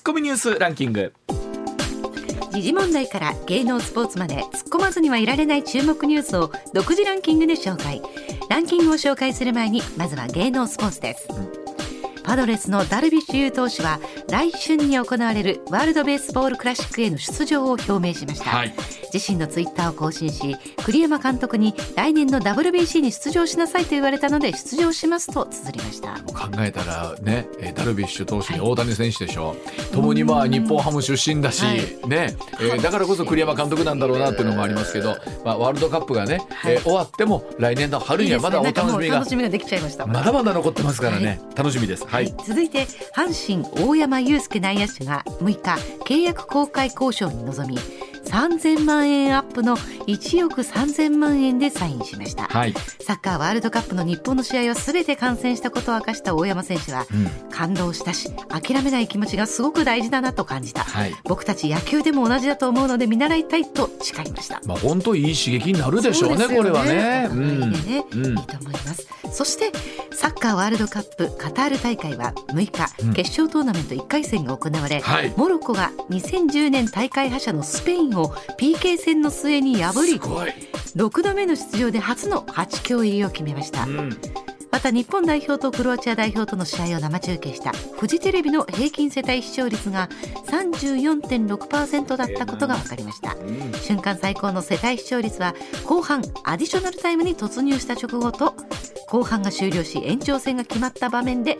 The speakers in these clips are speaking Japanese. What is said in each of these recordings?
コミニュースランキング。 時事問題から芸能スポーツまで突っ込まずにはいられない注目ニュースを独自ランキングで紹介。ランキングを紹介する前にまずは芸能スポーツです。パドレスのダルビッシュ有投手は来春に行われるワールドベースボールクラシックへの出場を表明しました、自身のツイッターを更新し、栗山監督に来年の WBC に出場しなさいと言われたので出場しますと綴りました。 考えたらね、ダルビッシュ投手に大谷選手でしょ、共にまあ日本ハム出身だし、だからこそ栗山監督なんだろうなっていうのもありますけど、ワールドカップがね、終わっても来年の春にはまだお楽しみができちゃいました。 まだまだ残ってますからね、楽しみです。 続いて阪神大山悠輔内野手が6日契約更改交渉に臨み、3000万円アップの1億3000万円でサインしました、サッカーワールドカップの日本の試合を全て観戦したことを明かした大山選手は、感動したし諦めない気持ちがすごく大事だなと感じた、僕たち野球でも同じだと思うので見習いたいと誓いました。 本当いい刺激になるでしょうね、これはね、 いいと思います。そしてサッカーワールドカップカタール大会は6日、決勝トーナメント1回戦が行われ、モロッコが2010年大会覇者のスペインを PK 戦の末に破り、6度目の出場で初の8強入りを決めました、また日本代表とクロアチア代表との試合を生中継したフジテレビの平均世帯視聴率が 34.6% だったことが分かりました、瞬間最高の世帯視聴率は後半アディショナルタイムに突入した直後と後半が終了し延長戦が決まった場面で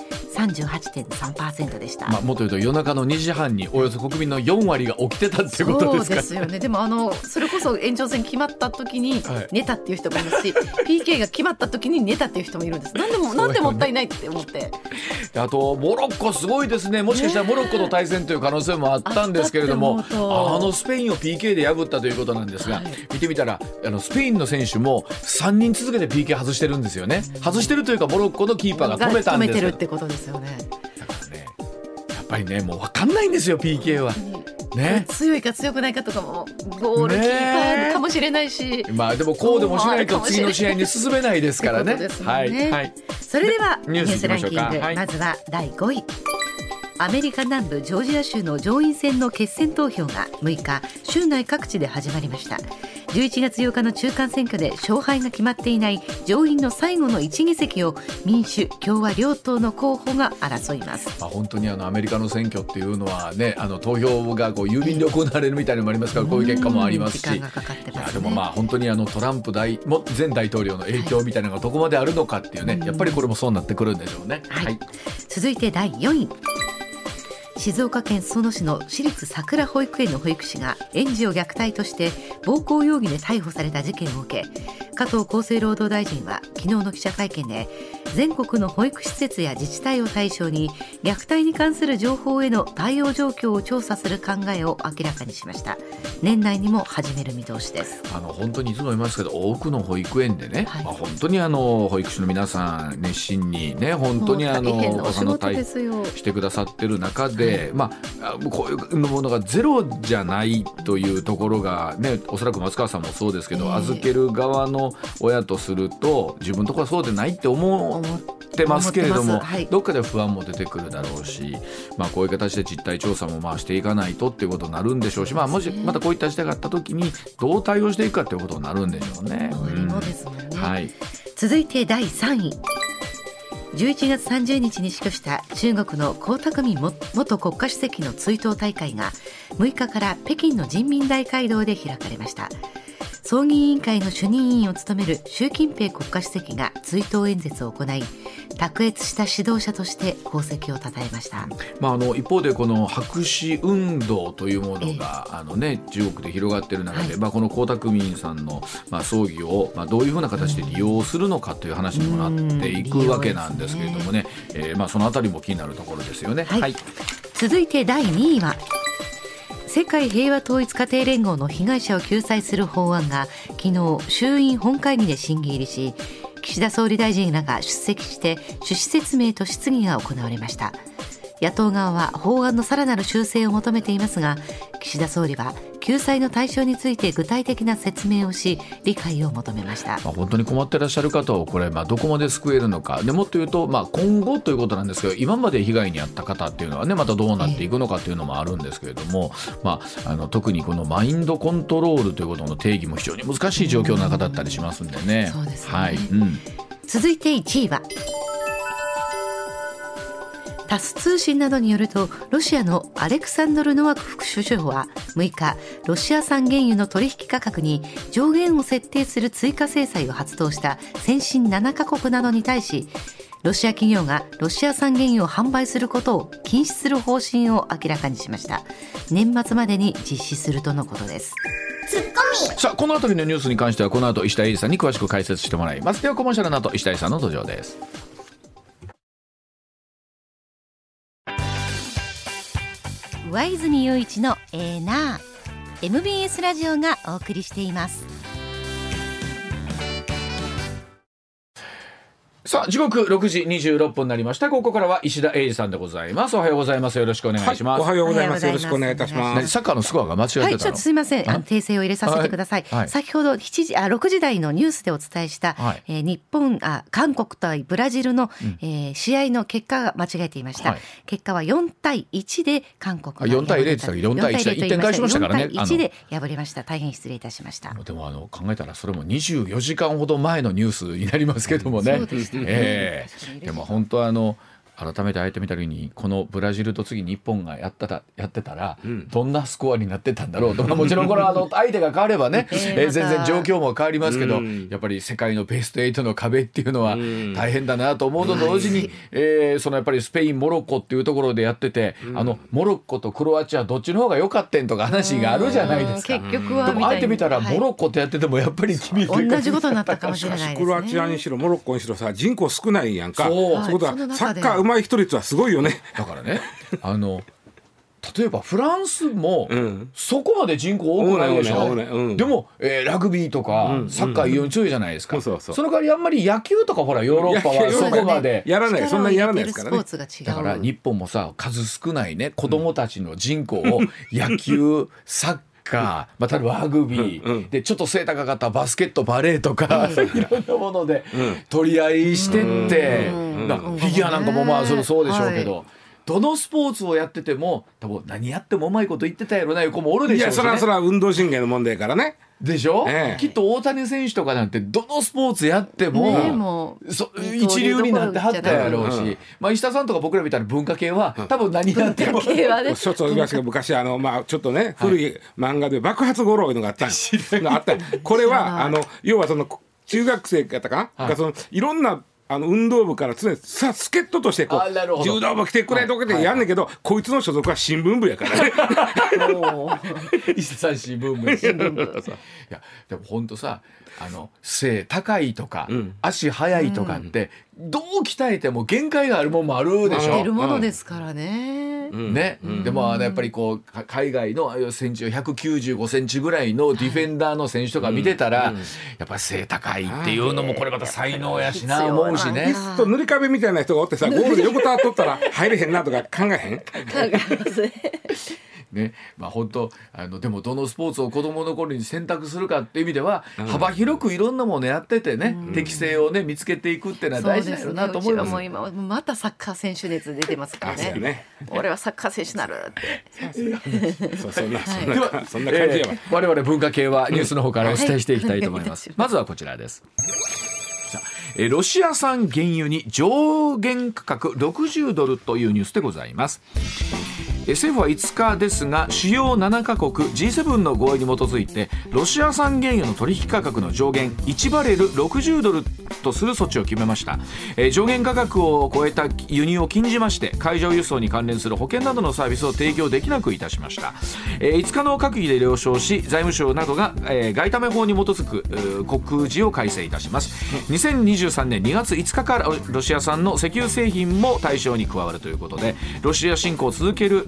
38.3% でした、 もっと言うと夜中の2時半におよそ国民の4割が起きてたっていうことですか。 そうですよね。でもそれこそ延長戦決まった時に寝たっていう人もいますし、PK が決まった時に寝たっていう人もいるんです。なんでもったいないって思って。 あとモロッコすごいですね。もしかしたらモロッコと対戦という可能性もあったんですけれども、スペインを PK で破ったということなんですが、見てみたらスペインの選手も3人続けて PK 外してるんですよね。外してるというかモロッコのキーパーが止めたんです。 止めてるってことですよね。 だからね、やっぱりね、もう分かんないんですよ PK は。 強いか強くないかとかもゴールキーパーかもしれないし、 でもこうでもしないと次の試合に進めないですからね。 それではニュースランキング、まずは第5位。アメリカ南部ジョージア州の上院選の決選投票が6日州内各地で始まりました。11月8日の中間選挙で勝敗が決まっていない上院の最後の1議席を民主・共和両党の候補が争います。 本当にアメリカの選挙っていうのはね、投票が郵便で行われるみたいなのもありますから、こういう結果もありますし、 時間がかかってますね。 でも本当にトランプ前大統領の影響みたいなのがどこまであるのかっていうね、やっぱりこれもそうなってくるんでしょうね。 続いて第4位。静岡県裾野市の私立さくら保育園の保育士が園児を虐待として暴行容疑で逮捕された事件を受け、加藤厚生労働大臣は昨日の記者会見で全国の保育施設や自治体を対象に虐待に関する情報への対応状況を調査する考えを明らかにしました。年内にも始める見通しです。 本当にいつも言いますけど、多くの保育園でね、本当に保育士の皆さん熱心にね、本当にお子さんの対応してくださってる中で、こういうものがゼロじゃないというところがね、おそらく松川さんもそうですけど、預ける側の親とすると自分のところはそうでないって思ってますけれども、どっかで不安も出てくるだろうし、こういう形で実態調査もしていかないとっていうことになるんでしょうし、もしまたこういった事態があった時にどう対応していくかっていうことになるんでしょうね。 そうですもんね。続いて第3位。11月30日に死去した中国の江沢民元国家主席の追悼大会が6日から北京の人民大会堂で開かれました。葬儀委員会の主任委員を務める習近平国家主席が追悼演説を行い、卓越した指導者として功績を称えました。 一方でこの白紙運動というものが中国で広がっている中で、この江沢民さんの葬儀をどういうふうな形で利用するのかという話にもなっていくわけなんですけれどもね、そのあたりも気になるところですよね。 続いて第2位は、世界平和統一家庭連合の被害者を救済する法案が昨日衆院本会議で審議入りし、岸田総理大臣らが出席して趣旨説明と質疑が行われました。 野党側は法案のさらなる修正を求めていますが、岸田総理は救済の対象について具体的な説明をし、理解を求めました。 本当に困ってらっしゃる方をこれ、どこまで救えるのかでもっと言うと、今後ということなんですけど、今まで被害に遭った方っていうのはね、またどうなっていくのかというのもあるんですけれども、特にこのマインドコントロールということの定義も非常に難しい状況の中だったりしますんでね。 そうですね、 はい、 続いて1位は、タス通信などによると、ロシアのアレクサンドル・ノワク副首相は6日、ロシア産原油の取引価格に上限を設定する追加制裁を発動した先進7カ国などに対し、ロシア企業がロシア産原油を販売することを禁止する方針を明らかにしました。年末までに実施するとのことです。 さあ、このあたりのニュースに関してはこの後石田英二さんに詳しく解説してもらいます。ではコマーシャルの後、石田英二さんの登場です。 上泉雄一のな MBS ラジオがお送りしています。 さあ、時刻6時26分になりました。ここからは石田英二さんでございます。おはようございます。よろしくお願いします。 おはようございます。よろしくお願いいたします。 サッカーのスコアが間違ってたの？ はい、ちょっとすいません、訂正を入れさせてください。先ほど6時台のニュースでお伝えした、日本韓国対ブラジルの、試合の結果が間違えていました。結果は4対1で韓国が 4対0って言ったら4対1で1点返しましたからね。 4対1で敗れました。大変失礼いたしました。 でも考えたらそれも24時間ほど前のニュースになりますけどもね。 そうですね。 でも本当改めてあえてみたように、このブラジルと次日本がやってたら、どんなスコアになってたんだろうと。もちろんこれは相手が変わればね、全然状況も変わりますけど、やっぱり世界のベスト8の壁っていうのは大変だなと思うと同時に、そのやっぱりスペインモロッコっていうところでやってて、モロッコとクロアチアどっちの方が良かったんとか話があるじゃないですか。 結局はでもあえてみたらモロッコとやっててもやっぱり君同じことになったかもしれないですね。 クロアチアにしろモロッコにしろさ、人口少ないやんか。そうことはサッカー上手い人率はすごいよね。 だからね、例えばフランスもそこまで人口多くないでしょ。でも、ラグビーとかサッカー非常に強いじゃないですか。その代わりあんまり野球とかほらヨーロッパはそこまでやらない、そんなにやらないですからね。 だから日本もさ、数少ないね子供たちの人口を野球サッカー、またラグビーでちょっと背高かったバスケットバレーとか、いろんなもので取り合いしてって、フィギュアなんかもそうでしょうけど、どのスポーツをやってても多分何やってもうまいこと言ってたやろないう子もおるでしょうしね。 いや、それは運動神経の問題からね。 でしょ、きっと大谷選手とかなんてどのスポーツやっても、一流になってはったやろうし、石田さんとか僕らみたいな文化系は多分何やってもちょっと昔ちょっとね、古い漫画で爆発五郎いうのがあったこれは要はその中学生方かな、いろんな運動部から常にさ助っ人として柔道部来てくれとかでやんねんけど、こいつの所属は新聞部やからね。 石田さん新聞部いやでも本当さ、背高いとか、足速いとかって、どう鍛えても限界があるもんもあるでしょ。 いるものですからね。 でもやっぱり海外の身長195センチぐらいのディフェンダーの選手とか見てたら、やっぱり背高いっていうのもこれまた才能やしな思うしね。 と塗り壁みたいな人がおってさ、ゴールで横たわっとったら入れへんなとか考えへん？考えますね。 ね、本当でもどのスポーツを子どもの頃に選択するかっていう意味では、幅広くいろんなものやっててね、適性をね見つけていくっていうのは大事だよなと思います。 うちはもう今またサッカー選手熱出てますからね。俺はサッカー選手になるって。 そんな感じやわ。 我々文化系はニュースの方からお伝えしていきたいと思います。まずはこちらです。ロシア産原油に上限価格60ドルというニュースでございます。政府は5日ですが、主要7カ国 G7 の合意に基づいてロシア産原油の取引価格の上限1バレル60ドルとする措置を決めました。上限価格を超えた輸入を禁じまして、海上輸送に関連する保険などのサービスを提供できなくいたしました。5日の閣議で了承し、財務省などが外為法に基づく告示を改正いたします。2023年2月5日からロシア産の石油製品も対象に加わるということで、ロシア侵攻を続ける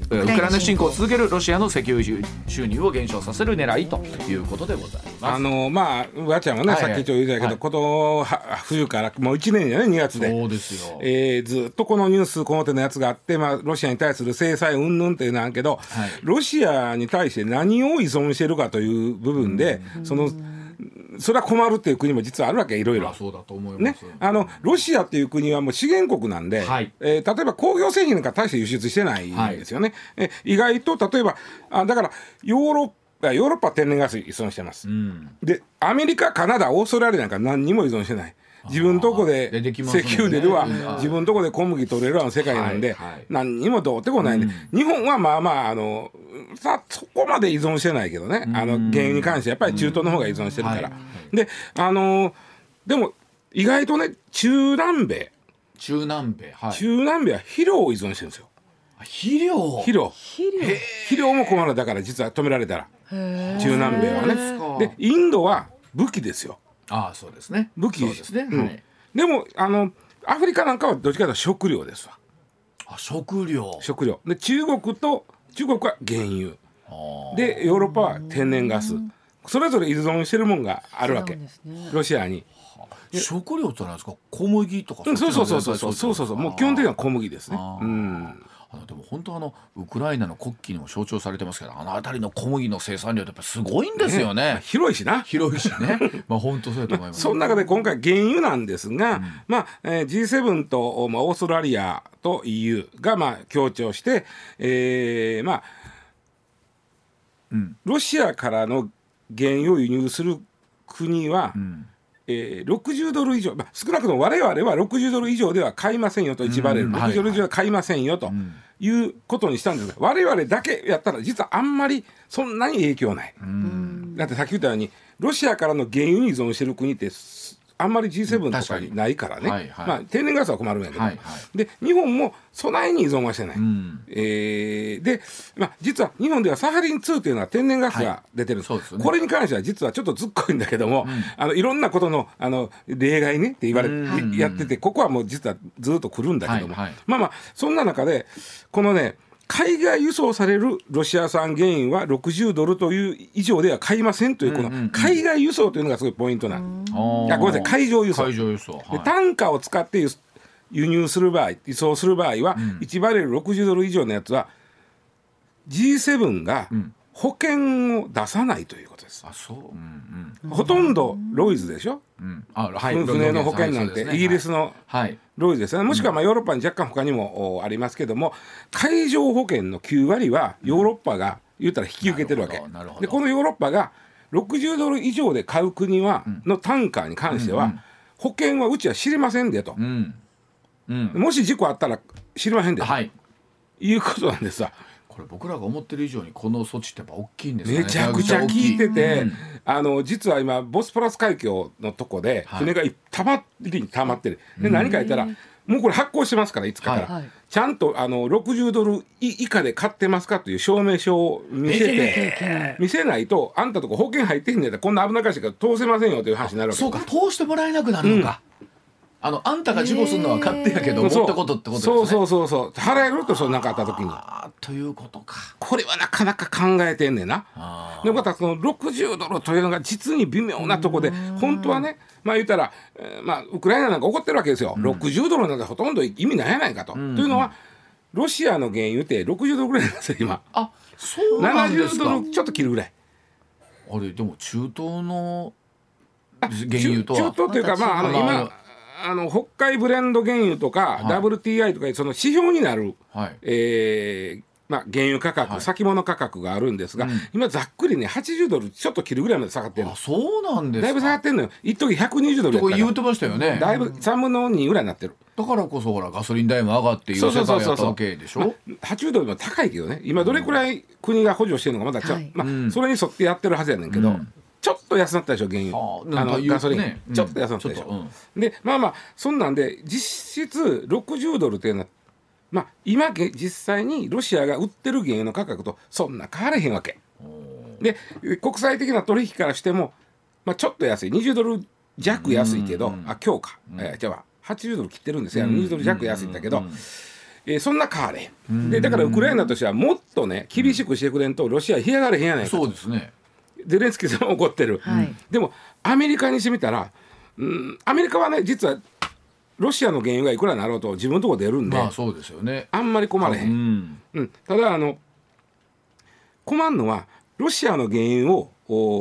ウクライナ侵攻を続けるロシアの石油収入を減少させる狙いということでございます。 まあわちゃんはね、さっきちょっと言ったけど、この冬からもう1年やね、2月で。 そうですよ。 ずっとこのニュースこの手のやつがあって、ロシアに対する制裁云々っていうのはあるけど、ロシアに対して何を依存してるかという部分で、それは困るっていう国も実はあるわけ、いろいろ。 そうだと思います。 ロシアっていう国はもう資源国なんで、例えば工業製品なんか大して輸出してないんですよね。意外と例えばだからヨーロッパは天然ガス依存してます。でアメリカ、カナダ、オーストラリアなんか何にも依存してない。自分のとこで石油出るわ、自分のとこで小麦取れるわの世界なんで、何にもどうってこないんで、日本はまあまあそこまで依存してないけどね、原油に関してやっぱり中東の方が依存してるから、ででも意外とね、中南米は肥料を依存してるんですよ。肥料も困る。だから実は止められたら、中南米はね。でインドは武器ですよ。 そうですね。 武器ですね。でもアフリカなんかはどっちかというと食料ですわ。 食料で中国は原油で、ヨーロッパは天然ガス、それぞれ依存してるもんがあるわけ、ロシアに。 食料って何ですか？小麦とか。 そうもう基本的には小麦ですね。 でも本当ウクライナの国旗にも象徴されてますけど、辺りの小麦の生産量ってやっぱすごいんですよね。 広いしね。 本当そうだと思います。 その中で今回原油なんですが、G7 と、オーストラリアと EU が協調して、ロシアからの原油を輸入する国は、60ドル以上、少なくとも我々は60ドル以上では買いませんよと、1バレル60ドル以上は買いませんよということにしたんですが、我々だけやったら実はあんまりそんなに影響ない。だってさっき言ったようにロシアからの原油に依存してる国ってあんまり G7 とかにないからね、天然ガスは困るんやけど、で日本も備えに依存はしてない、で、実は日本ではサハリン2というのは天然ガスが出てるんです、これに関しては実はちょっとずっこいんだけども、いろんなことの例外ねって言われて、やってて、ここはもう実はずっと来るんだけども、そんな中でこのね、海外輸送されるロシア産原油は60ドルという以上では買いませんという、この海外輸送というのがすごいポイントなの。ごめんなさい、海上輸送。で単価を使って輸入する場合、輸送する場合は、1バレル60ドル以上のやつは G7 が保険を出さないということです。ほとんどロイズでしょ、船の保険なんてイギリスのロイズですね。もしくはヨーロッパに若干他にもありますけども、海上保険の9割はヨーロッパが言ったら引き受けてるわけで、このヨーロッパが60ドル以上で買う国の単価に関しては、保険はうちは知りませんでと、もし事故あったら知りませんでと、いうことなんですわ。 これ僕らが思ってる以上にこの措置ってやっぱ大きいんですね。 めちゃくちゃ効いてて、実は今ボスポラス海峡のとこで船が溜まってる。で何か言ったら、もうこれ発行してますから、いつかから、ちゃんと60ドル以下で買ってますかという証明書を見せないと、あんたとこ保険入ってへんねんやったらこんな危なっかしいから通せませんよという話になるわけ。 そうか、通してもらえなくなるのか。あんたが事故するのは勝手やけど、持ったことってことですね。 そう払えると、そうなかった時に。 ということか。 これはなかなか考えてんねんな。でまたその60ドルというのが実に微妙なとこで、本当はね、言ったら、ウクライナなんか怒ってるわけですよ。60ドルなんかほとんど意味ないやないかと。というのはロシアの原油って60ドルぐらいなんですよ今。 そうなんですか。 70ドルちょっと切るぐらい。 でも中東の原油とは中東というか、今北海ブレンド原油とか、WTI とかその指標になる、原油価格、先物価格があるんですが、今ざっくりね80ドルちょっと切るぐらいまで下がってるの。 そうなんですか。 だいぶ下がってるのよ。一時120ドルやったから言ってましたよね。 だいぶ3分の2ぐらいになってる。 だからこそガソリン代も上がっていう世界やったわけでしょ。 80ドルも高いけどね、今どれくらい国が補助してるのかまだそれに沿ってやってるはずやねんけど、ちょっと安なったでしょ原油、ガソリン、ちょっと安なったでしょ、でそんなんで実質60ドルっていうのは、今実際にロシアが売ってる原油の価格とそんな変われへんわけで、国際的な取引からしても、ちょっと安い20ドル弱安いけど、今日か、じゃあ80ドル切ってるんですよ、20ドル弱安いんだけど、 そんな変われへんで、だからウクライナとしてはもっとね厳しくしてくれんとロシア干上がれへんやないかと。 そうですね。 ゼレンスキーさんも怒ってる、でもアメリカにしてみたら、アメリカはね実はロシアの原油がいくらになろうと自分のところ出るんで、 まあそうですよね。 あんまり困れへん、ただ困るのはロシアの原油を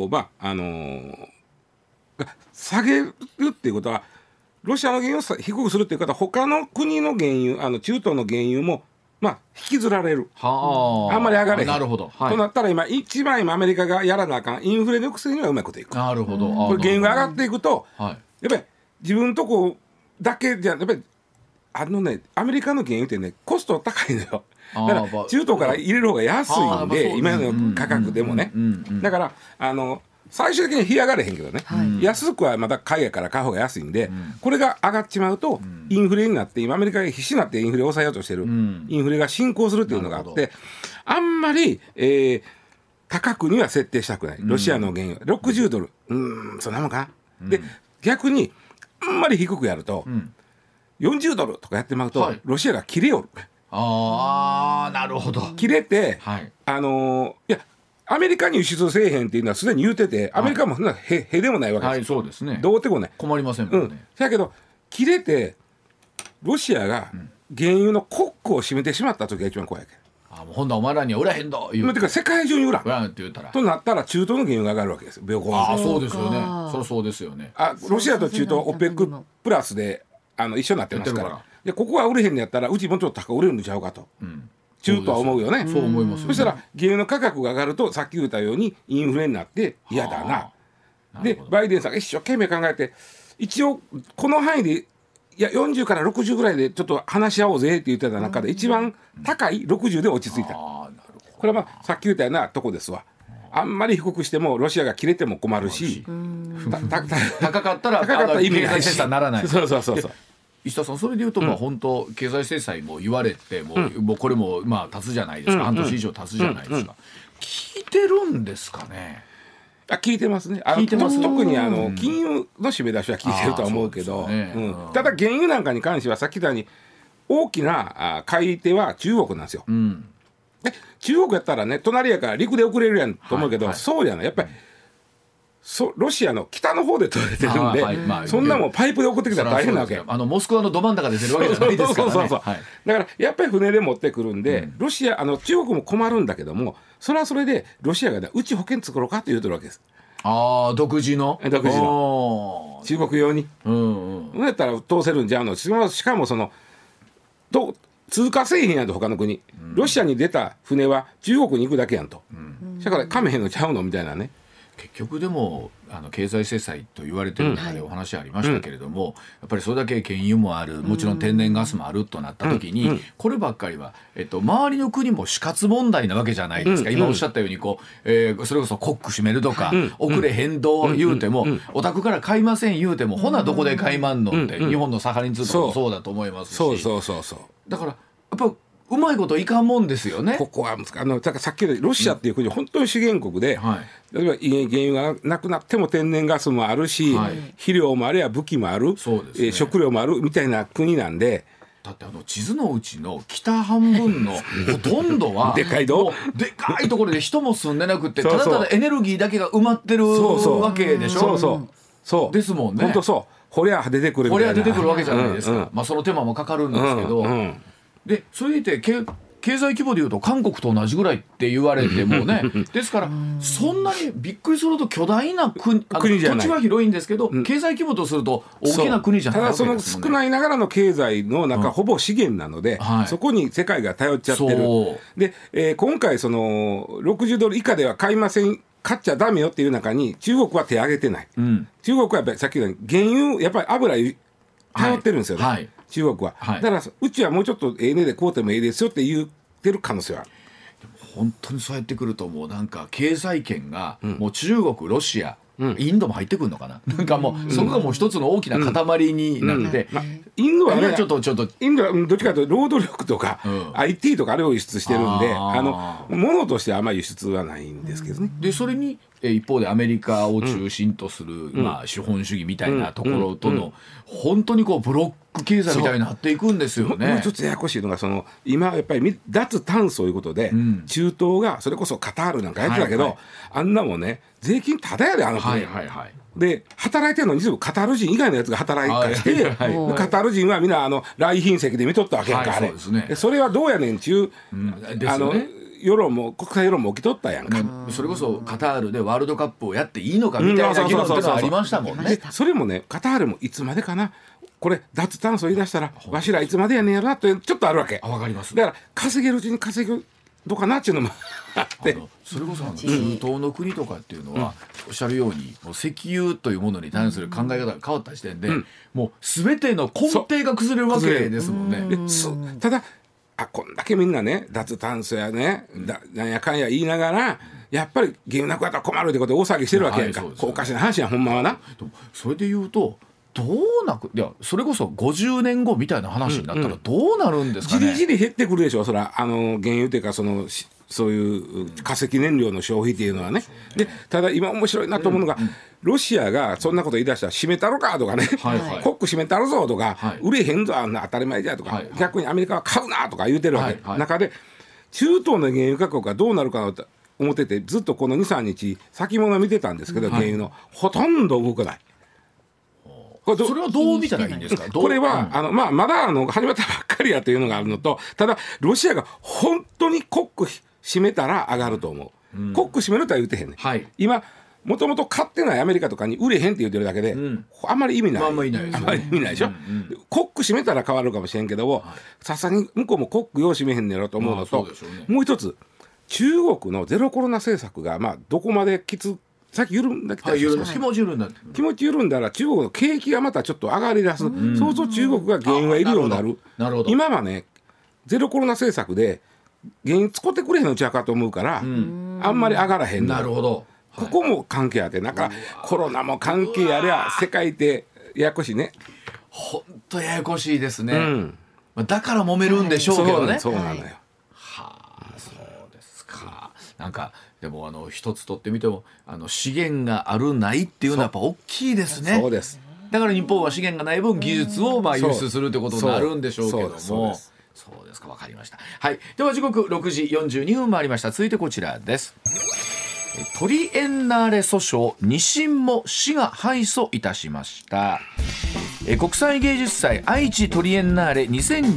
下げるっていうことは、ロシアの原油を低くするっていうことは他の国の原油中東の原油も引きずられる。あんまり上がれへん。 なるほど。 となったら一番アメリカがやらなあかんインフレの抑制にはうまいこといく。 なるほど。 これ原油が上がっていくと、やっぱり自分のとこだけじゃやっぱりアメリカの原油ってねコスト高いのよ。だから中東から入れる方が安いんで、今の価格でもね。だから最終的に干上がれへんけどね、安くはまた海外から買う方が安いんで、これが上がっちまうとインフレになって、今アメリカが必死になってインフレを抑えようとしてる、インフレが進行するっていうのがあって、あんまり、高くには設定したくない。ロシアの原油60ドル、そんなもんかな、で逆にあんまり低くやると、40ドルとかやってまうと、ロシアが切れよる。 なるほど。 切れて、いやアメリカに輸出せえへんっていうのはすでに言うてて、アメリカもそんなへでもないわけです。 そうですね。 どうってこない。 困りませんもんね。 だけど切れてロシアが原油のコックを占めてしまった時が一番怖いわけ。 もうほんだお前らには売らへんど言うてか世界中に売らんって言ったらとなったら中東の原油が上がるわけですよ。 そうですよね。そうですよね。 ロシアと中東はオペックプラスで一緒になってますから、でここは売れへんのやったらうちもうちょっと高売れるんちゃうかと、中東は思うよね。 そう思いますよね。 そしたら原油の価格が上がるとさっき言ったようにインフレになって嫌だな。でバイデンさんが一生懸命考えて、一応この範囲で40から60ぐらいでちょっと話し合おうぜって言ってた中で、一番高い60で落ち着いた。これはさっき言ったようなとこですわ。あんまり低くしてもロシアが切れても困るし、 高かったら意味がないし、ならない。 そう石田さん、それでいうと本当経済制裁も言われてもうこれも経つじゃないですか。半年以上経つじゃないですか。聞いてるんですかね。 聞いてますね。特に金融の締め出しは聞いてるとは思うけど、ただ原油なんかに関してはさっき言ったように大きな買い手は中国なんですよ。中国やったらね隣やから陸で送れるやんと思うけど、そうじゃない。やっぱりロシアの北の方で取れてるんで、そんなもんパイプで送ってきたら大変なわけ。 モスクワのど真ん中で出るわけじゃないですからね。だからやっぱり船で持ってくるんで、中国も困るんだけども、それはそれでロシアがうち保険作ろうかって言うとるわけです。 独自の中国用に。やったら通せるんじゃうの。しかも通過せえへんやんと、他の国。ロシアに出た船は中国に行くだけやんと。だから噛めへんのちゃうのみたいなね。 結局でも経済制裁と言われてる中でお話ありましたけれども、やっぱりそれだけ原油もある、もちろん天然ガスもあるとなった時に、こればっかりは、周りの国も死活問題なわけじゃないですか。今おっしゃったようにそれこそコック閉めるとか、遅れ変動言うても、お宅から買いません言うても、ほなどこで買いまんのって、日本のサハリン通とかもそうだと思いますし、だからやっぱうまいこといかんもんですよね。 ここはだからさっき言ったロシアっていう国は本当に資源国で、例えば原油がなくなっても天然ガスもあるし、肥料もあるや武器もある、食料もあるみたいな国なんで、 だって地図のうちの北半分のほとんどはでかいところで人も住んでなくて、ただただエネルギーだけが埋まってるわけでしょ。そうですもんね。 本当そう。掘りゃ出てくるみたいな。 掘りゃ出てくるわけじゃないですか。その手間もかかるんですけど、でそれで経済規模でいうと韓国と同じぐらいって言われてもねですからそんなにびっくりすると巨大な国じゃない。土地は広いんですけど、経済規模とすると大きな国じゃないわけですもんね。 ただその少ないながらの経済の中、ほぼ資源なので、そこに世界が頼っちゃってる。で、今回その60ドル以下では買いません、買っちゃダメよっていう中に中国は手を挙げてない。中国はやっぱりさっき言ったように原油やっぱり油頼ってるんですよね。中国は、だからうちはもうちょっと値で買うてもいいですよって言ってる可能性はある。 本当にそうやってくるともうなんか経済圏がもう中国、ロシア、インドも入ってくるのかな、なんかもうそこがもう一つの大きな塊になって、 インドはねちょっとインドはどっちかというと労働力とか、IT とかあれを輸出してるんで、物としてはあんまり輸出はないんですけどね。 でそれに一方でアメリカを中心とする、資本主義みたいなところとの、本当にこうブロック経済みたいになっていくんですよね。 もう一つややこしいのが今やっぱり脱炭素ということで、中東がそれこそカタールなんかやってたけど、あんなもんね税金タダやであの国、で働いてるのに全部カタール人以外のやつが働いたりして、カタール人はみんな来賓席で見とったわけやんか、あれ それはどうやねんちゅう、世論も国際世論も起きとったやんか、 それこそカタールでワールドカップをやっていいのかみたいな議論ってのがありましたもんね。 それもねカタールもいつまでかな、これ脱炭素言い出したらわしらいつまでやねんやろなってちょっとあるわけ。 わかります。 だから稼げるうちに稼ぐどうかなっていうのもあってそれこそ中東の国とかっていうのは、おっしゃるようにもう石油というものに対する考え方が変わった時点で、もう全ての根底が崩れるわけですもんね。 ただこんだけみんなね脱炭素やね、なんやかんや言いながらやっぱり原油なくなったら困るってことで大騒ぎしてるわけやんか、おかしな話やんほんまはな。 それで言うとどういやそれこそ50年後みたいな話になったらどうなるんですかね。 じりじり減ってくるでしょそら原油っていうかそういう化石燃料の消費っていうのはね。でただ今面白いなと思うのが、ロシアがそんなこと言い出したら閉めたろかとかね、コック閉めたろぞとか、売れへんぞあんな当たり前じゃとか、逆にアメリカは買うなとか言うてるわけ、中で中東の原油価格がどうなるかなと思っててずっとこの 2,3 日先物見てたんですけど、原油のほとんど動かない。 それはどう見たらいいんですか。 これは、まだ始まったばっかりやというのがあるのと、ただロシアが本当にコック閉めたら上がると思う、コック閉めるとは言ってへんね、今もともと買ってないアメリカとかに売れへんって言ってるだけで、あんまり意味ない、あんまり意味ないでしょ、コック閉めたら変わるかもしれんけどさすがに向こうもコックよう閉めへんねやろと思うのと、もう一つ中国のゼロコロナ政策がどこまでさっき緩んだきた気持ち緩んだ気持ち緩んだら中国の景気がまたちょっと上がりだす、そうすると中国が原油がいるようになる。今はねゼロコロナ政策で原油使ってくれへんのちゃうかと思うから、あんまり上がらへんの。 なるほど、 ここも関係あって、なんかコロナも関係ありゃ世界ってややこしいね。 ほんとややこしいですね、だから揉めるんでしょうけどね。 そうなのよ。 そうですか。なんかでも一つ取ってみても資源があるないっていうのはやっぱ大きいですね。 そうです。 だから日本は資源がない分技術を輸出するってことになるんでしょうけども。そうですか、わかりました。はい、では時刻6時42分回りました。続いてこちらです。トリエンナーレ訴訟2審も市が敗訴いたしました。国際芸術祭愛知トリエンナーレ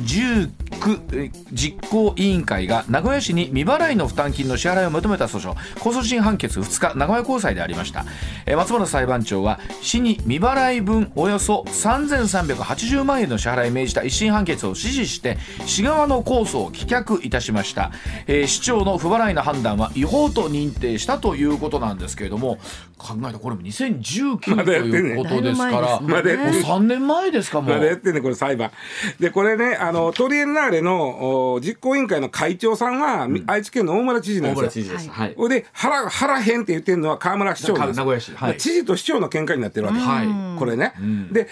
2019実行委員会が名古屋市に未払いの負担金の支払いを求めた訴訟、控訴審判決2日名古屋高裁でありました。松原裁判長は市に未払い分およそ3380万円の支払いを命じた一審判決を支持して市側の控訴を棄却いたしました。市長の不払いの判断は違法と認定したということなんですけれども、考えたらこれも2019ということですから、もう3年前ですか。もうまだやってんねこれ裁判で。これねトリエンナーレの実行委員会の会長さんは、愛知県の大村知事なんですよ。それで腹へんって言ってるのは河村市長なんです。 名古屋市、 知事と市長の見解になってるわけ、これね、で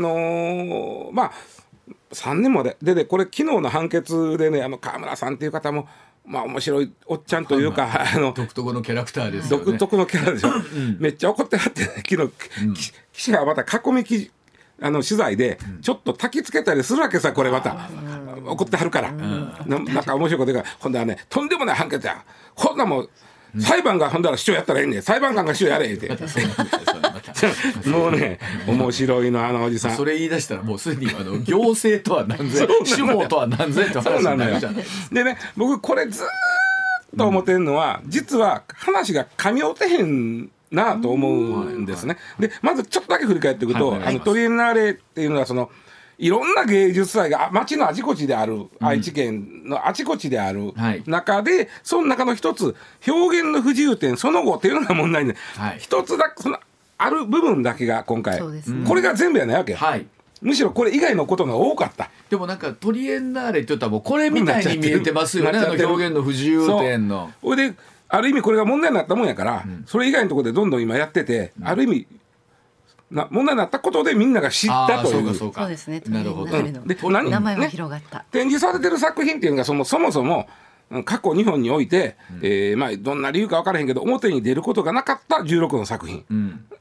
3年もでこれ昨日の判決でね河村さんっていう方も面白いおっちゃんというか、 独特のキャラクターですよね。 独特のキャラでしょ、めっちゃ怒ってはって、ね、昨日、記者がまた囲み取材でちょっと焚きつけたりするわけさ。これまた怒ってはるから、なんか面白いことが今度はねとんでもない判決や、こんなもん裁判がほんだら市長やったらええねん、裁判官が市長やれってもうね面白いのおじさん。 それ言い出したらもうすでに行政とは何千司法とは何千って話になるじゃないですか。 でね僕これずっと思ってるのは、実は話が噛み合ってへんなと思うんですね。でまずちょっとだけ振り返っていくと、トリエンナーレっていうのはいろんな芸術祭が街のあちこちである、愛知県のあちこちである中で、その中の一つ表現の不自由点その後っていうのが問題で、一つだけある部分だけが今回、これが全部やないわけ、むしろこれ以外のことが多かった。 でもなんかトリエンナーレって言ったらもうこれみたいに見えてますよね、表現の不自由点の。 それである意味これが問題になったもんやから、それ以外のところでどんどん今やってて、ある意味問題になったことでみんなが知ったという。 そうですね。 なるほど。 で名前が広がった。 展示されてる作品っていうのがそもそも過去日本において、まあ、どんな理由か分からへんけど表に出ることがなかった16の作品、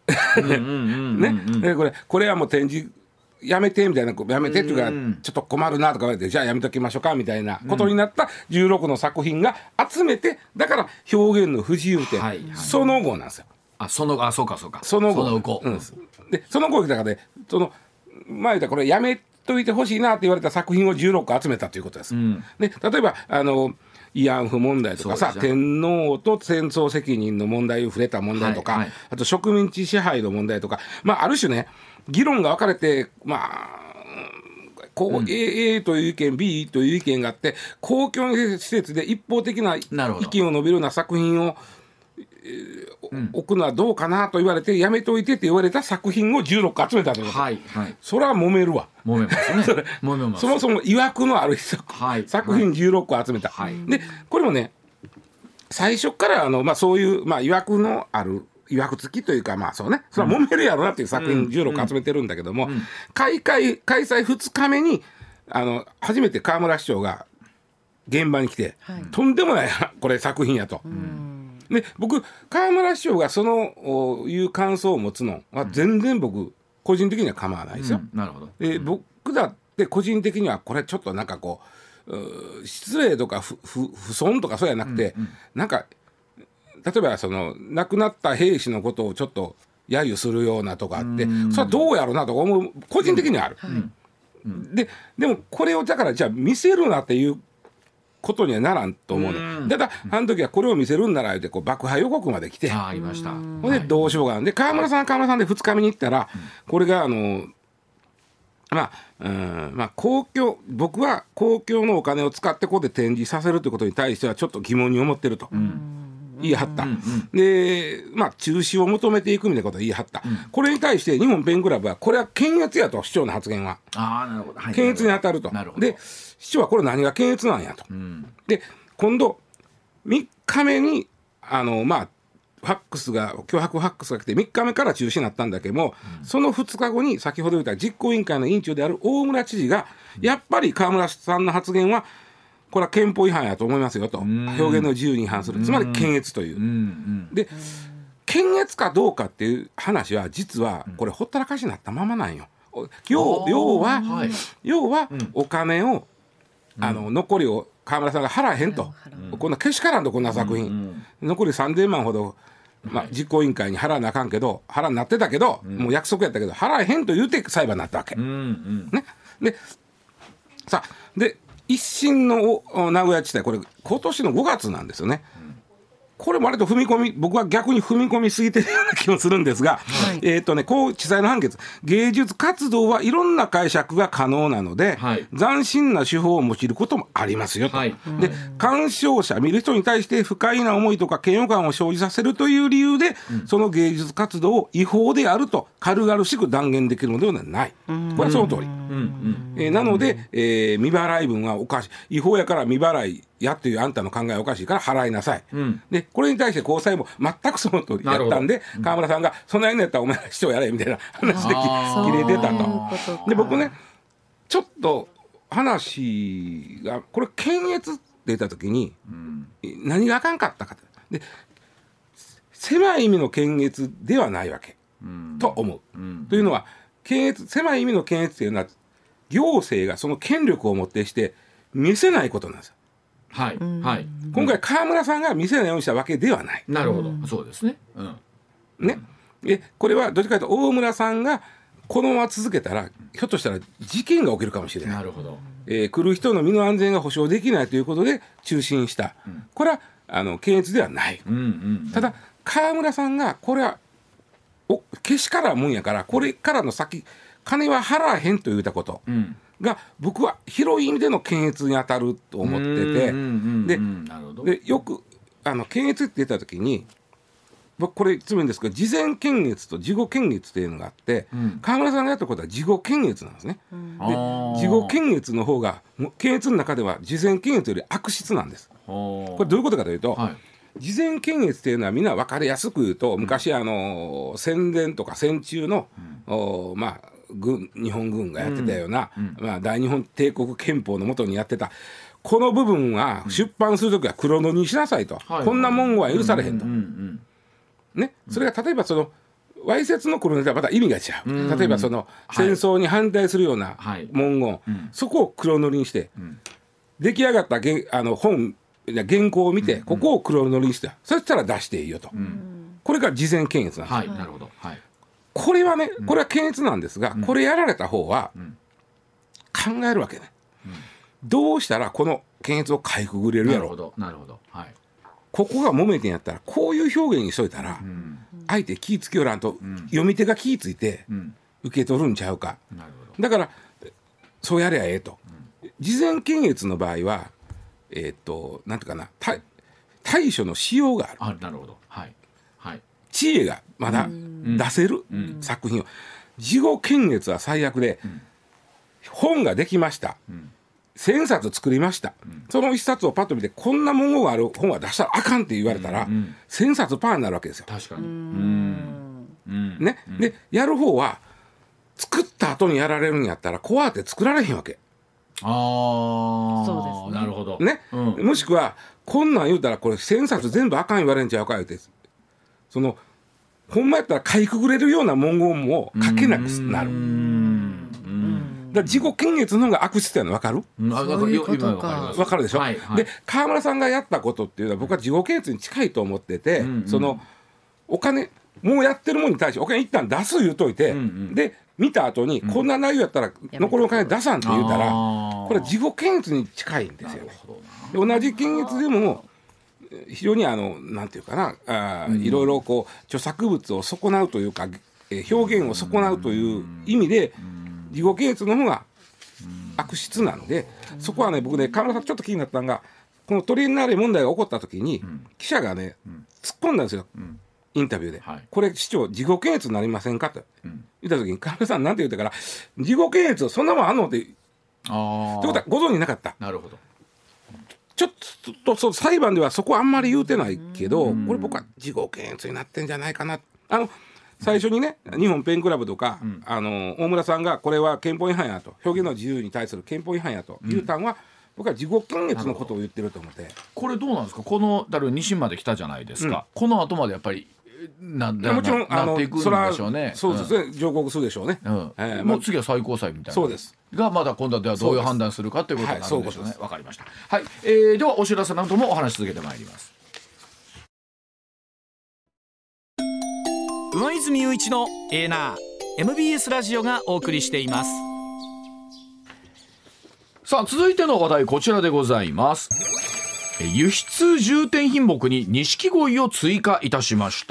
これはもう展示やめてみたいな、やめてっていうかちょっと困るなとか言われて、じゃあやめときましょうかみたいなことになった16の作品が集めて、だから表現の不自由って、その後なんですよ。 そうかその後、でその後だからね、前言ったこれやめといてほしいなって言われた作品を16個集めたということです、で例えば慰安婦問題とかさ、天皇と戦争責任の問題を触れた問題とか、あと植民地支配の問題とか、まあ、ある種ね議論が分かれて、まあこう A という意見 B という意見があって、公共施設で一方的な意見を述べるような作品を置くのはどうかなと言われて、やめといてって言われた作品を16個集めたということ、それは揉めるわ。 揉めますね揉めます。 そもそも曰くのある作品16個集めた、でこれもね最初からまあ、そういう、まあ、曰くのある曰く付きというか、まあそうね、それは揉めるやろなっていう作品16個集めてるんだけども、開催2日目に初めて河村市長が現場に来て、とんでもないこれ作品やと。で僕河村市長がそのいう感想を持つのは全然僕個人的には構わないですよ。 なるほど。 で僕だって個人的にはこれちょっとなんかこう失礼とか不損とかそうじゃなくて、なんか例えば亡くなった兵士のことをちょっと揶揄するようなとかあって、それはどうやろうなとか思う個人的にはある。でもこれをだからじゃあ見せるなっていうことにはならんと思うね。ただあの時はこれを見せるんならってこう爆破予告まで来て、 ありました。 ほんでどうしようかなんで河村さんで2日目に行ったら、これがまあ僕は公共のお金を使ってここで展示させるということに対してはちょっと疑問に思ってると。言い張った、でまあ中止を求めていくみたいなことを言い張った、これに対して日本ペンクラブはこれは検閲やと、市長の発言はなるほど、 検閲に当たると。で市長はこれ何が検閲なんやと、で今度3日目にまあ脅迫ファックスが来て3日目から中止になったんだけども、その2日後に先ほど言った実行委員会の委員長である大村知事がやっぱり河村さんの発言はこれは憲法違反やと思いますよと、表現の自由に違反する、つまり検閲という、で検閲かどうかっていう話は実はこれほったらかしになったままなんよ。要はお金を残りを河村さんが払えへんと、こんなけしからんと、こんな作品、残り3000万ほど、まあ、実行委員会に払わなあかんけど払わなってたけど、もう約束やったけど払えへんと言うて裁判になったわけ、ね、でさあで一審の名古屋地裁、これ今年の5月なんですよね。これも割と僕は逆に踏み込みすぎてるような気もするんですが、こう地裁の判決、芸術活動はいろんな解釈が可能なので、斬新な手法を用いることもありますよと、で鑑賞者見る人に対して不快な思いとか嫌悪感を生じさせるという理由で、その芸術活動を違法であると軽々しく断言できるのではない。これはその通り、なので、未払い分はおかしい、違法やから未払いやっていうあんたの考えおかしいから払いなさい、でこれに対して高裁も全くその通りやったんで、河村さんがそんなにやったらお前ら市長やれみたいな話で切れてたと。で僕ねちょっと話がこれ検閲って言った時に、何があかんかったかで狭い意味の検閲ではないわけ、と思う、というのは狭い意味の検閲というのは行政がその権力をもってして見せないことなんですよ。今回河村さんが見せないようにしたわけではない。 なるほど、そうですね。 これはどっちかというと大村さんがこのまま続けたらひょっとしたら事件が起きるかもしれない。 なるほど。 来る人の身の安全が保障できないということで中止にした、これは検閲ではない、ただ河村さんがこれはけしからんもんやから、これからの先金は払わへんと言ったこと、が僕は広い意味での検閲に当たると思ってて、でよく検閲って言った時に僕これいつも言うんですけど、事前検閲と事後検閲というのがあって、河村さんがやったことは事後検閲なんですね、で事後検閲の方が検閲の中では事前検閲より悪質なんです。これどういうことかというと、事前検閲というのはみんな分かりやすく言うと、昔戦前とか戦中の、まあ日本軍がやってたような、大日本帝国憲法の下にやってたこの部分は出版するときは黒塗りにしなさいと、こんな文言は許されへんと、ね、それが例えばそのわいせつの黒塗りとはまた意味が違う、例えばその戦争に反対するような文言、そこを黒塗りにして、出来上がった原稿を見てここを黒塗りにして、そしたら出していいよと、これが事前検閲なんですよ。 なるほど、 これはね、これは検閲なんですが、これやられた方は考えるわけね、どうしたらこの検閲をかいくぐれるやろう。 なるほど、 ここが揉めてんやったらこういう表現にしといたら、相手気ぃつけよらんと、読み手が気ぃついて受け取るんちゃうか、だからそうやればええと、事前検閲の場合はなんていうかな、対処のしようがある。 なるほど、 知恵がまだ出せる作品を、事後検閲は最悪で、本ができました、1000冊作りました、その1冊をパッと見てこんな文言がある本は出したらあかんって言われたら、1000冊パーになるわけですよ。 確かに、 ね、でやる方は作った後にやられるんやったら怖って作られへんわけ。 そうですね、 なるほどね、もしくはこんなん言うたらこれ1000冊全部あかん言われんちゃうか言うて、そのほんまやったらかいくぐれるような文言も書けなくなる。だから自己検閲の方が悪質やの分かる？ そういうことか。 分かるでしょ、で川村さんがやったことっていうのは僕は自己検閲に近いと思ってて、そのお金もうやってるものに対してお金一旦出す言うといて、で見た後にこんな内容やったら残りの金出さんって言うたら、これは自己検閲に近いんですよね。で同じ検閲でも非常になんていうかな、いろいろこう著作物を損なうというか、表現を損なうという意味で自己検閲の方が悪質なんで、そこはね僕ね川村さんちょっと気になったのが、このトリエンナーレ問題が起こった時に、記者がね突っ込んだんですよ、インタビューで、これ市長自己検閲になりませんかと言った時に川村さんなんて言ったから、自己検閲そんなもんあんのってってことはご存じなかった。 なるほど。 ちょっとそう裁判ではそこはあんまり言うてないけど、これ僕は自己検閲になってんじゃないかな。最初にね日本ペンクラブとか、大村さんがこれは憲法違反やと、表現の自由に対する憲法違反やと言うたんは、僕は自己検閲のことを言ってると思って。 これどうなんですか、この2審まで来たじゃないですか、この後までやっぱりもちろんなっていくんでしょうね。 そうですね、上告するでしょうね、 もう次は最高裁みたいな。 そうですがまだ今度はどういう判断するかということになるんでしょうね。わかりました。はい、ではお知らせなどもお話し続けてまいります。 上泉雄一のエーナー MBS ラジオがお送りしています。 さあ続いての話題こちらでございます。輸出重点品目に錦鯉を追加いたしました。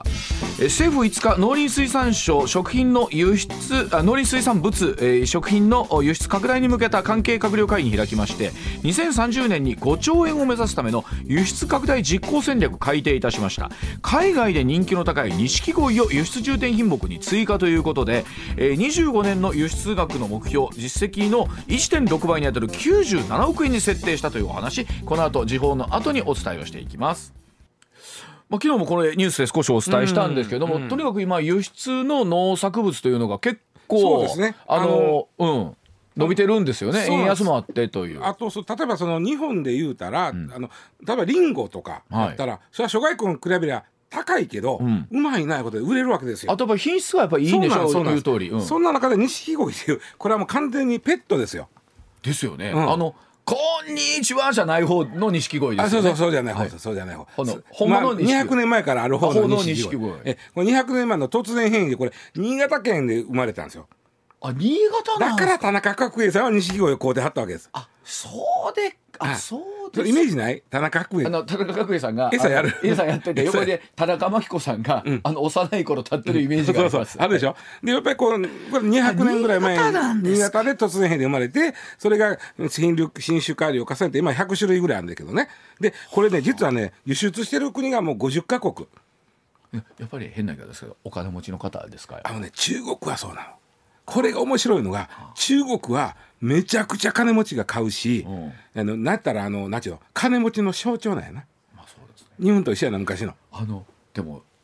政府5日農林水産省食品の輸出農林水産物、食品の輸出拡大に向けた関係閣僚会議に開きまして、2030年に5兆円を目指すための輸出拡大実行戦略改定いたしました。海外で人気の高い錦鯉を輸出重点品目に追加ということで、25年の輸出額の目標実績の 1.6 倍にあたる97億円に設定したというお話、この後時報の後にお伝えをしていきます。昨日もこれニュースで少しお伝えしたんですけども、とにかく今輸出の農作物というのが結構そうですね、 伸びてるんですよね。円安もあってという。 あと例えばその日本で言うたら、例えばリンゴとかだったら、それは諸外国に比べりゃ高いけど、うまいないことで売れるわけですよ。 あとやっぱり品質がやっぱりいいんでしょう。そういう通り、 そんな中で錦鯉っていう、これはもう完全にペットですよ。 ですよね。こんにちはじゃない方の錦鯉ですよね。 そうじゃない方、そうじゃない方。 本物の錦鯉。 200年前からある方の錦鯉。これ200年前の突然変異で、これ新潟県で生まれたんですよ。 新潟なんだから田中角栄さんは錦鯉を買うてはったわけです。 そうで、そうです。 イメージない？田中角栄。 田中角栄さんが餌やってて、横で田中真紀子さんが幼い頃立ってるイメージがあります。 あるでしょ。でやっぱりこれ200年ぐらい前に新潟で突然変異で生まれて、それが品種改良を重ねて今100種類ぐらいあるんだけどね。でこれね実はね輸出してる国がもう50カ国。 やっぱり変な言い方ですけどお金持ちの方ですか？ 中国はそうなの。これが面白いのが、中国はめちゃくちゃ金持ちが買うし、なんやったらなんちゅうの金持ちの象徴なんやな。そうですね。日本と一緒やな昔の。 でも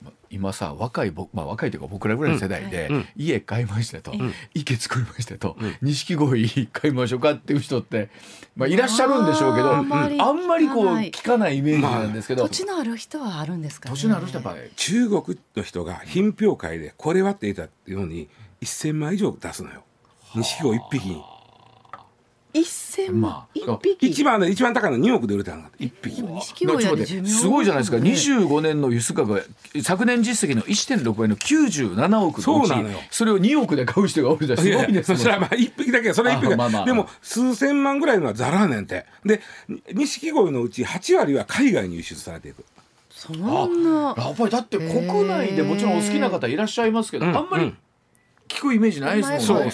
今さ若いというか僕らぐらいの世代で、家買いましたと、池作りましたと、錦鯉買いましょうかっていう人って、いらっしゃるんでしょうけど、あんまりこう聞かないイメージなんですけど、 土地のある人はあるんですかね。 土地のある人はやっぱり中国の人が品評会でこれはって言ったように1000万以上出すのよ、錦鯉1匹に。 1000万、1匹。 一番高いの2億で売れたのが1匹。 錦鯉は寿命すごいじゃないですか。25年の輸出額が昨年実績の 1.6 倍の97億のうち、それを2億で買う人がおるじゃすごいですもん。 それは1匹だけ、それ1匹だけ。でも数千万ぐらいのはザラねんて。で錦鯉のうち8割は海外に輸出されていく。 そんなやっぱりだって国内でもちろんお好きな方いらっしゃいますけど、あんまり聞くイメージないですもんね。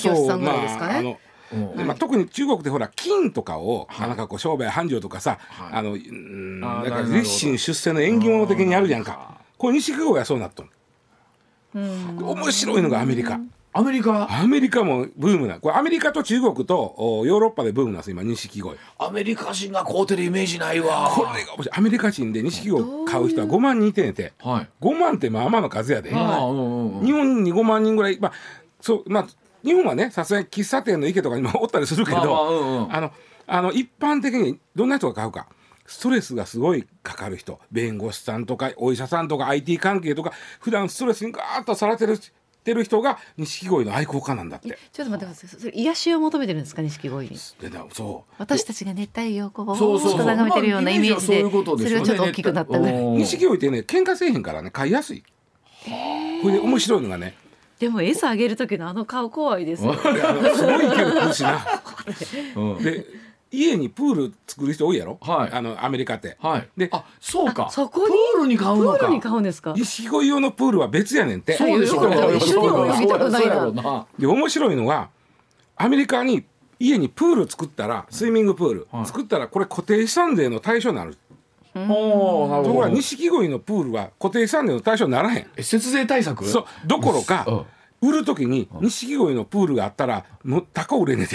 特に中国ってほら金とかを、なんかこう商売繁盛とかさ、だから立身出世の縁起物的にやるじゃんか。これ錦鯉はそうなっとん。面白いのがアメリカもブームな。これアメリカと中国とヨーロッパでブームなんです今錦鯉。 アメリカ人が買うてるイメージないわ。 これが面白い。アメリカ人で錦鯉を買う人は5万人いてんて、5万ってまあまあの数やで。日本に5万人ぐらい、日本はねさすがに喫茶店の池とかにもおったりするけど、一般的にどんな人が買うか、ストレスがすごいかかる人、弁護士さんとかお医者さんとか IT 関係とか普段ストレスにガーッとされてる人が錦鯉の愛好家なんだって。 ちょっと待ってください。それ癒しを求めてるんですか錦鯉に。 そう私たちが熱帯魚をこう眺めてるようなイメージで、それはちょっと大きくなったね。 錦鯉ってね喧嘩せえへんからね飼いやすい。これで面白いのがね、 でも餌あげる時のあの顔怖いですよ。 すごい勢い来るしな。で家にプール作る人多いやろ、アメリカって。 でそうか、 そこにプールに買うのか。 プールに買うんですか。 錦鯉用のプールは別やねんって。 そうでしょうね。一緒には泳ぎたくないな。 で面白いのはアメリカに家にプール作ったら、スイミングプール作ったらこれ固定資産税の対象になる。ところが錦鯉のプールは固定資産税の対象にならへん。 節税対策。 そうどころか、売るときに錦鯉のプールがあったらもう高売れねて。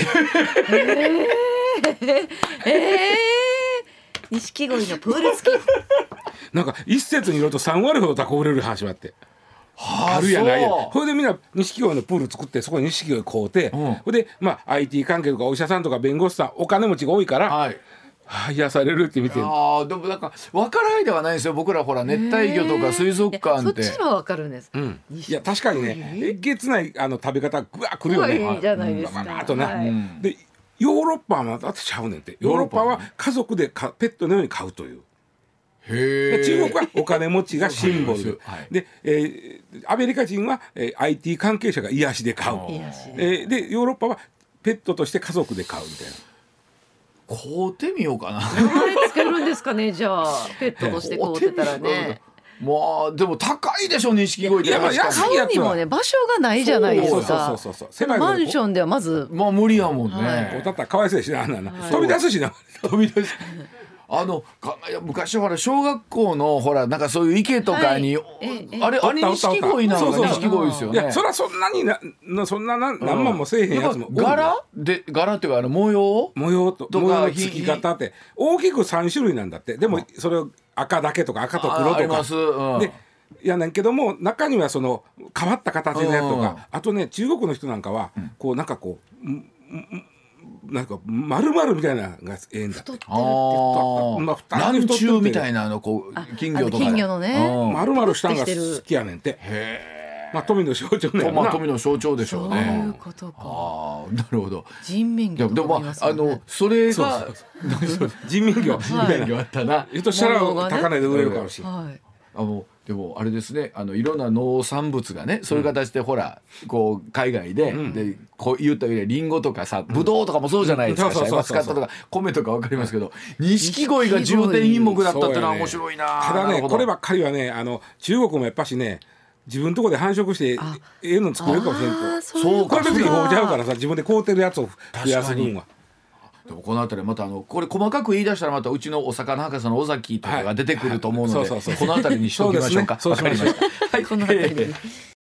錦鯉のプール付き。 なんか一説によると3割ほど高売れる話もあって。あるやないや。それでみんな錦鯉のプール作ってそこに錦鯉買うて、それでIT 関係とかお医者さんとか弁護士さんお金持ちが多いから。癒されるって見てる。 でもなんか分からないではないですよ。僕らほら熱帯魚とか水族館って。 そっちは分かるんです。 いや確かにね、えげつない食べ方ぐわくるよね。 いいじゃないですか。 あとな、でヨーロッパはまたちゃうねんて。ヨーロッパは家族でペットのように飼うという。で中国はお金持ちがシンボルで、アメリカ人は、IT 関係者が癒しで飼う。でヨーロッパはペットとして家族で飼うみたいな。 買うてみようかな。 名前つけるんですかね。じゃあペットとして買うてたらね。 まあでも高いでしょ錦鯉って。 買うにもね場所がないじゃないですか。マンションではまず無理やもんね。 だったらかわいそうやしな、飛び出すしな。飛び出す。 昔ほら小学校のほらなんかそういう池とかに、あれ錦鯉なのが錦鯉ですよね。 いやそりゃそんなに何万もせえへんやつも。 柄っていうか模様とかつき方って大きく3種類なんだって。でもそれを赤だけとか赤と黒とかでやねんけども、中にはその変わった形のやつとか、あとね中国の人なんかはこうなんかこうなんか丸々みたいなのがええんだって。 ランチュウみたいなこう金魚とか金魚のね丸々したのが好きやねんて。富の象徴ね。 富の象徴でしょうね。 そういうことか。 なるほど。 人面魚とかありますよね。 それが人面魚みたいな。 あったな。 言うとしたら高値で売れるかもしれない。 でもあれですね、いろんな農産物がねそういう形でほらこう海外でこう言ったようにリンゴとかさブドウとかもそうじゃないですか。シャインマスカットとか米とか分かりますけど、錦鯉が重点品目だったっていうのは面白いな。 ただねこればっかりはね中国もやっぱしね自分のところで繁殖してええの作れるかもしれんと。そうか。これ別に豊富ちゃうからさ、自分で買うてるやつを増やす分は。 でもこの辺りまたこれ細かく言い出したらまたうちのお魚博士の尾崎とかが出てくると思うので、この辺りにしておきましょうか。わかりました。 この辺りで